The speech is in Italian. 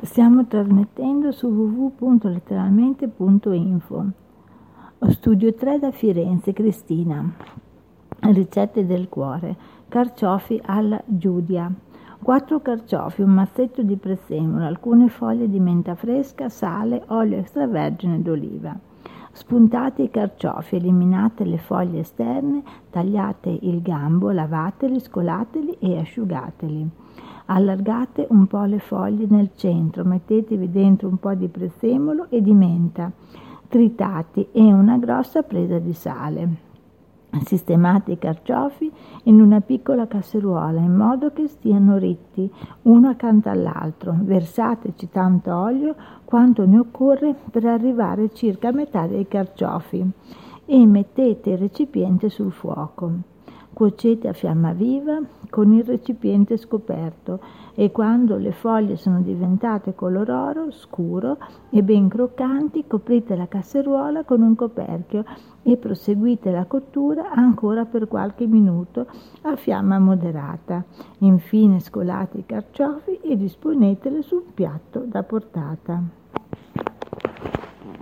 Stiamo trasmettendo su www.letteralmente.info. Studio 3 da Firenze, Cristina. Ricette del cuore. Carciofi alla Giudia. 4 carciofi, un mazzetto di prezzemolo, alcune foglie di menta fresca, sale, olio extravergine d'oliva. Spuntate i carciofi, eliminate le foglie esterne, tagliate il gambo, lavateli, scolateli e asciugateli. Allargate un po' le foglie nel centro, mettetevi dentro un po' di prezzemolo e di menta tritati e una grossa presa di sale. Sistemate i carciofi in una piccola casseruola in modo che stiano ritti uno accanto all'altro. Versateci tanto olio quanto ne occorre per arrivare circa a metà dei carciofi e mettete il recipiente sul fuoco. Cuocete a fiamma viva con il recipiente scoperto e quando le foglie sono diventate color oro scuro e ben croccanti, coprite la casseruola con un coperchio e proseguite la cottura ancora per qualche minuto a fiamma moderata. Infine scolate i carciofi e disponeteli su un piatto da portata.